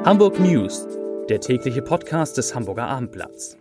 Hamburg News, der tägliche Podcast des Hamburger Abendblatts.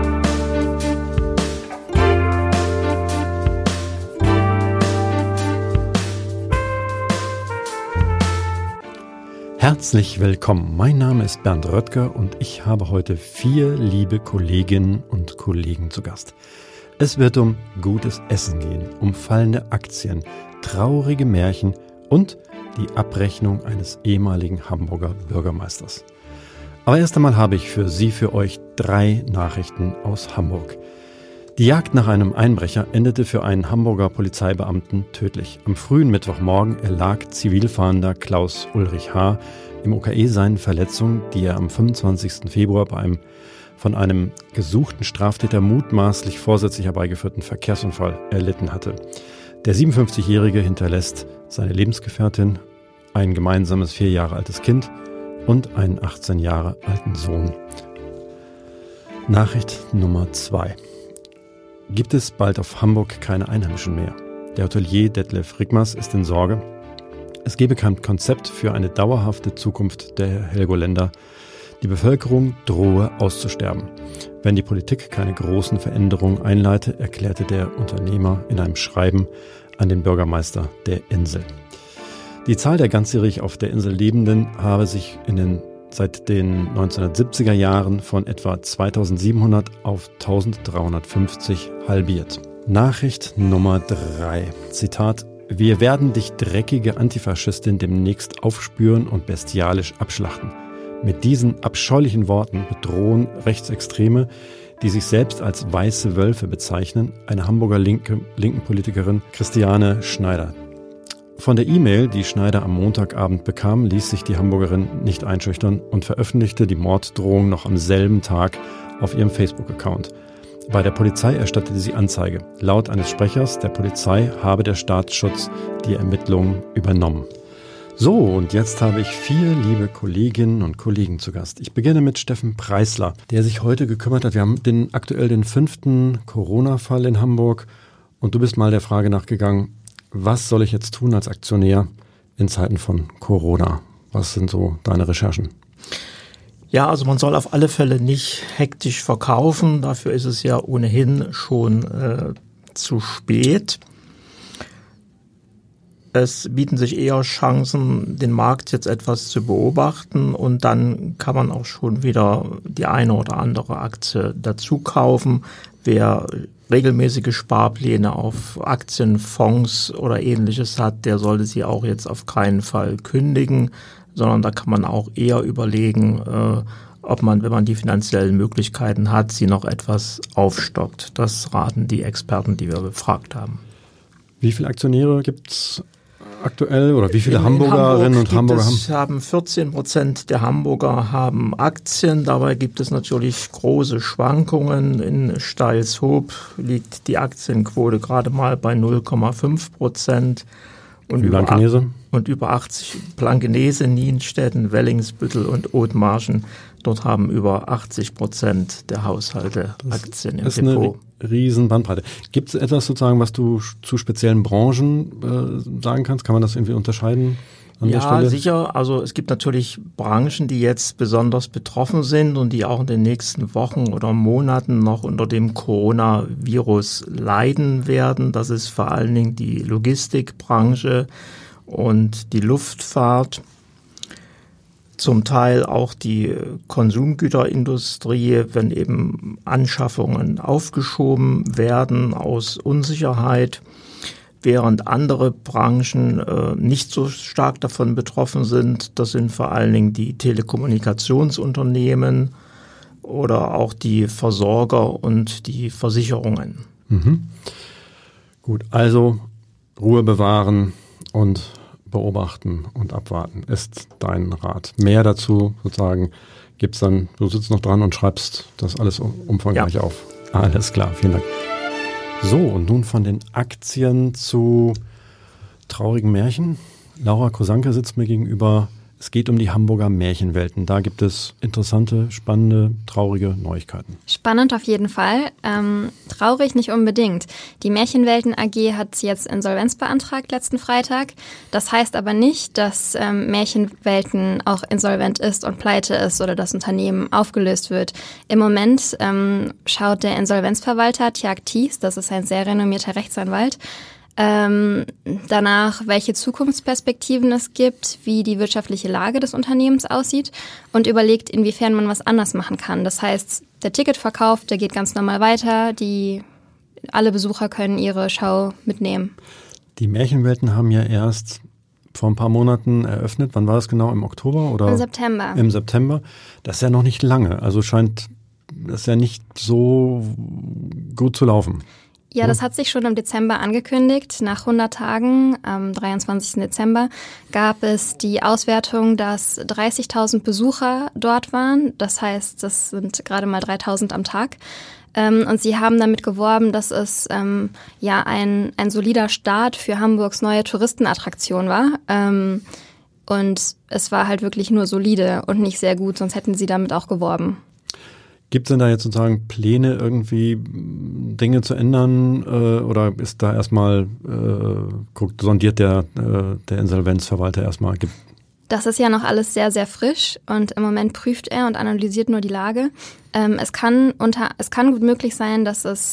Herzlich willkommen, mein Name ist Bernd Röttger und ich habe heute 4 liebe Kolleginnen und Kollegen zu Gast. Es wird um gutes Essen gehen, um fallende Aktien, traurige Märchen und die Abrechnung eines ehemaligen Hamburger Bürgermeisters. Aber erst einmal habe ich für euch 3 Nachrichten aus Hamburg. Die Jagd nach einem Einbrecher endete für einen Hamburger Polizeibeamten tödlich. Am frühen Mittwochmorgen erlag Zivilfahnder Klaus Ulrich H. im OKE seinen Verletzungen, die er am 25. Februar bei einem von einem gesuchten Straftäter mutmaßlich vorsätzlich herbeigeführten Verkehrsunfall erlitten hatte. Der 57-Jährige hinterlässt seine Lebensgefährtin, ein gemeinsames 4 Jahre altes Kind und einen 18 Jahre alten Sohn. Nachricht Nummer 2. Gibt es bald auf Hamburg keine Einheimischen mehr? Der Hotelier Detlef Rickmers ist in Sorge. Es gebe kein Konzept für eine dauerhafte Zukunft der Helgoländer. Die Bevölkerung drohe auszusterben. Wenn die Politik keine großen Veränderungen einleite, erklärte der Unternehmer in einem Schreiben an den Bürgermeister der Insel. Die Zahl der ganzjährig auf der Insel Lebenden habe sich seit den 1970er Jahren von etwa 2700 auf 1350 halbiert. Nachricht Nummer 3. Zitat: Wir werden dich, dreckige Antifaschistin, demnächst aufspüren und bestialisch abschlachten. Mit diesen abscheulichen Worten bedrohen Rechtsextreme, die sich selbst als weiße Wölfe bezeichnen, eine Hamburger linken Politikerin Christiane Schneider. Von der E-Mail, die Schneider am Montagabend bekam, ließ sich die Hamburgerin nicht einschüchtern und veröffentlichte die Morddrohung noch am selben Tag auf ihrem Facebook-Account. Bei der Polizei erstattete sie Anzeige. Laut eines Sprechers der Polizei habe der Staatsschutz die Ermittlungen übernommen. So, und jetzt habe ich 4 liebe Kolleginnen und Kollegen zu Gast. Ich beginne mit Steffen Preisler, der sich heute gekümmert hat. Wir haben aktuell den 5. Corona-Fall in Hamburg und du bist mal der Frage nachgegangen, was soll ich jetzt tun als Aktionär in Zeiten von Corona? Was sind so deine Recherchen? Ja, also man soll auf alle Fälle nicht hektisch verkaufen. Dafür ist es ja ohnehin schon zu spät. Es bieten sich eher Chancen, den Markt jetzt etwas zu beobachten und dann kann man auch schon wieder die eine oder andere Aktie dazu kaufen. Wer regelmäßige Sparpläne auf Aktien, Fonds oder Ähnliches hat, der sollte sie auch jetzt auf keinen Fall kündigen, sondern da kann man auch eher überlegen, ob man, wenn man die finanziellen Möglichkeiten hat, sie noch etwas aufstockt. Das raten die Experten, die wir befragt haben. Wie viele Aktionäre gibt es aktuell oder wie viele Hamburgerinnen und Hamburger haben? 14% der Hamburger haben Aktien. Dabei gibt es natürlich große Schwankungen. In Steilshoop liegt die Aktienquote gerade mal bei 0,5%. Und über 80 Blankenese, Nienstetten, Wellingsbüttel und Othmarschen. Dort haben über 80% der Haushalte Aktien im Depot. Das ist eine riesen Bandbreite. Gibt es etwas sozusagen, was du zu speziellen Branchen sagen kannst? Kann man das irgendwie unterscheiden an der Stelle? Ja, sicher. Also es gibt natürlich Branchen, die jetzt besonders betroffen sind und die auch in den nächsten Wochen oder Monaten noch unter dem Coronavirus leiden werden. Das ist vor allen Dingen die Logistikbranche und die Luftfahrt. Zum Teil auch die Konsumgüterindustrie, wenn eben Anschaffungen aufgeschoben werden aus Unsicherheit, während andere Branchen nicht so stark davon betroffen sind. Das sind vor allen Dingen die Telekommunikationsunternehmen oder auch die Versorger und die Versicherungen. Mhm. Gut, also Ruhe bewahren und beobachten und abwarten ist dein Rat. Mehr dazu sozusagen gibt's dann, du sitzt noch dran und schreibst das alles umfangreich auf. Alles klar, vielen Dank. So, und nun von den Aktien zu traurigen Märchen. Laura Kosanke sitzt mir gegenüber. Es geht um die Hamburger Märchenwelten. Da gibt es interessante, spannende, traurige Neuigkeiten. Spannend auf jeden Fall. Traurig nicht unbedingt. Die Märchenwelten AG hat jetzt Insolvenz beantragt letzten Freitag. Das heißt aber nicht, dass Märchenwelten auch insolvent ist und pleite ist oder das Unternehmen aufgelöst wird. Im Moment schaut der Insolvenzverwalter Tjag Thies, das ist ein sehr renommierter Rechtsanwalt, danach, welche Zukunftsperspektiven es gibt, wie die wirtschaftliche Lage des Unternehmens aussieht und überlegt, inwiefern man was anders machen kann. Das heißt, der Ticketverkauf, der geht ganz normal weiter, alle Besucher können ihre Show mitnehmen. Die Märchenwelten haben ja erst vor ein paar Monaten eröffnet. Wann war das genau? Im Oktober? Oder? Im September. Im September. Das ist ja noch nicht lange. Also scheint das ja nicht so gut zu laufen. Ja, das hat sich schon im Dezember angekündigt. Nach 100 Tagen, am 23. Dezember, gab es die Auswertung, dass 30.000 Besucher dort waren. Das heißt, das sind gerade mal 3.000 am Tag. Und sie haben damit geworben, dass es ein solider Start für Hamburgs neue Touristenattraktion war. Und es war halt wirklich nur solide und nicht sehr gut, sonst hätten sie damit auch geworben. Gibt es denn da jetzt sozusagen Pläne, irgendwie Dinge zu ändern oder ist da erstmal sondiert der Insolvenzverwalter erstmal? Das ist ja noch alles sehr, sehr frisch und im Moment prüft er und analysiert nur die Lage. Es kann gut möglich sein, dass es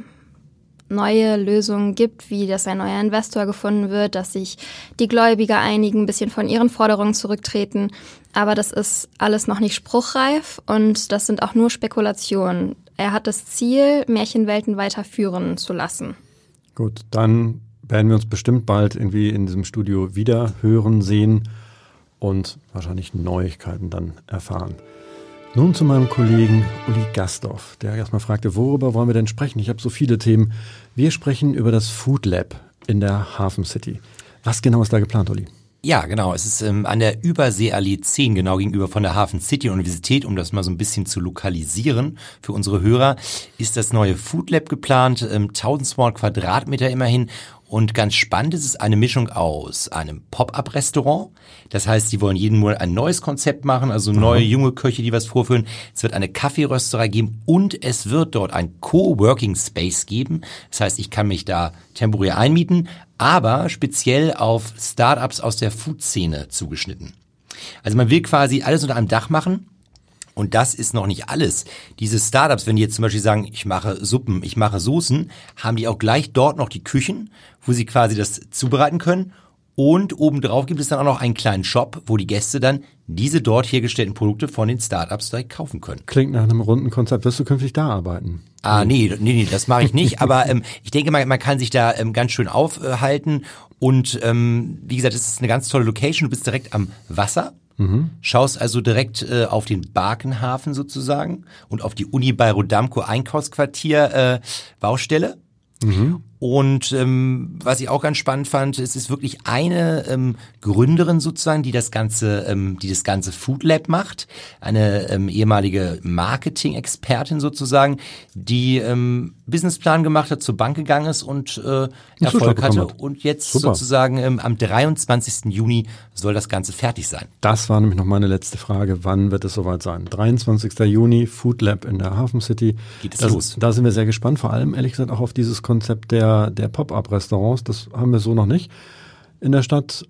neue Lösungen gibt, wie dass ein neuer Investor gefunden wird, dass sich die Gläubiger einigen, ein bisschen von ihren Forderungen zurücktreten. Aber das ist alles noch nicht spruchreif und das sind auch nur Spekulationen. Er hat das Ziel, Märchenwelten weiterführen zu lassen. Gut, dann werden wir uns bestimmt bald irgendwie in diesem Studio wieder hören, sehen und wahrscheinlich Neuigkeiten dann erfahren. Nun zu meinem Kollegen Uli Gastorf, der erstmal fragte, worüber wollen wir denn sprechen? Ich habe so viele Themen. Wir sprechen über das Food Lab in der Hafen City. Was genau ist da geplant, Uli? Ja, genau. Es ist an der Überseeallee 10, genau gegenüber von der Hafen City Universität, um das mal so ein bisschen zu lokalisieren für unsere Hörer, ist das neue Food Lab geplant, 1200 Quadratmeter immerhin. Und ganz spannend ist es eine Mischung aus einem Pop-up-Restaurant. Das heißt, die wollen jeden Monat ein neues Konzept machen, also neue junge Köche, die was vorführen. Es wird eine Kaffeerösterei geben und es wird dort ein Coworking Space geben. Das heißt, ich kann mich da temporär einmieten, aber speziell auf Startups aus der Food-Szene zugeschnitten. Also man will quasi alles unter einem Dach machen. Und das ist noch nicht alles. Diese Startups, wenn die jetzt zum Beispiel sagen, ich mache Suppen, ich mache Soßen, haben die auch gleich dort noch die Küchen, wo sie quasi das zubereiten können. Und obendrauf gibt es dann auch noch einen kleinen Shop, wo die Gäste dann diese dort hergestellten Produkte von den Startups direkt kaufen können. Klingt nach einem runden Konzept. Wirst du künftig da arbeiten? Nee, das mache ich nicht. Aber ich denke, man kann sich da ganz schön aufhalten. Und wie gesagt, es ist eine ganz tolle Location. Du bist direkt am Wasser. Schaust also direkt auf den Barkenhafen sozusagen und auf die Uni Bayreuth-Damco Einkaufsquartier Baustelle. Und was ich auch ganz spannend fand, es ist wirklich eine Gründerin sozusagen, die das ganze Food Lab macht, eine ehemalige Marketing-Expertin sozusagen, die Businessplan gemacht hat, zur Bank gegangen ist und Erfolg hatte. Und jetzt sozusagen am 23. Juni soll das Ganze fertig sein. Das war nämlich noch meine letzte Frage. Wann wird es soweit sein? 23. Juni, Food Lab in der Hafen City. Geht es los. Da sind wir sehr gespannt, vor allem ehrlich gesagt auch auf dieses Konzept der Pop-up-Restaurants. Das haben wir so noch nicht in der Stadt.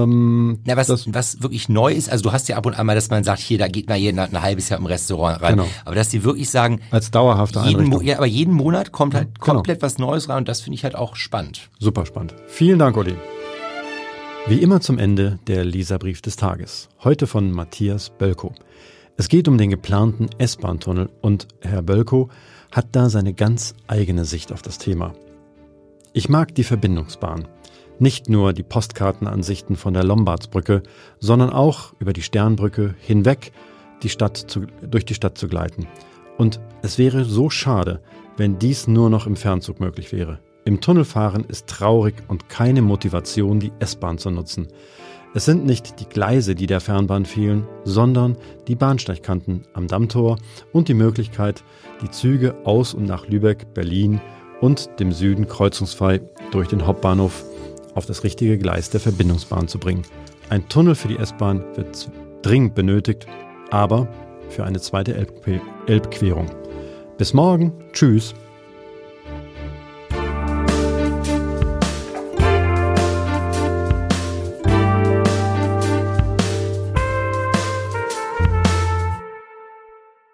Was wirklich neu ist, also du hast ja ab und an mal, dass man sagt, hier, da geht man ein halbes Jahr im Restaurant rein. Genau. Aber dass die wirklich sagen, als dauerhafte Einrichtung. Aber jeden Monat kommt halt komplett was Neues rein und das finde ich halt auch spannend. Super spannend. Vielen Dank, Uli. Wie immer zum Ende der Leserbrief des Tages. Heute von Matthias Bölkow. Es geht um den geplanten S-Bahn-Tunnel und Herr Bölkow hat da seine ganz eigene Sicht auf das Thema. Ich mag die Verbindungsbahn. Nicht nur die Postkartenansichten von der Lombardsbrücke, sondern auch über die Sternbrücke hinweg durch die Stadt zu gleiten. Und es wäre so schade, wenn dies nur noch im Fernzug möglich wäre. Im Tunnelfahren ist traurig und keine Motivation, die S-Bahn zu nutzen. Es sind nicht die Gleise, die der Fernbahn fehlen, sondern die Bahnsteigkanten am Dammtor und die Möglichkeit, die Züge aus und nach Lübeck, Berlin und dem Süden kreuzungsfrei durch den Hauptbahnhof auf das richtige Gleis der Verbindungsbahn zu bringen. Ein Tunnel für die S-Bahn wird dringend benötigt, aber für eine zweite Elbquerung. Bis morgen. Tschüss.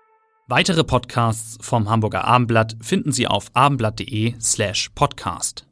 Weitere Podcasts vom Hamburger Abendblatt finden Sie auf abendblatt.de/podcast.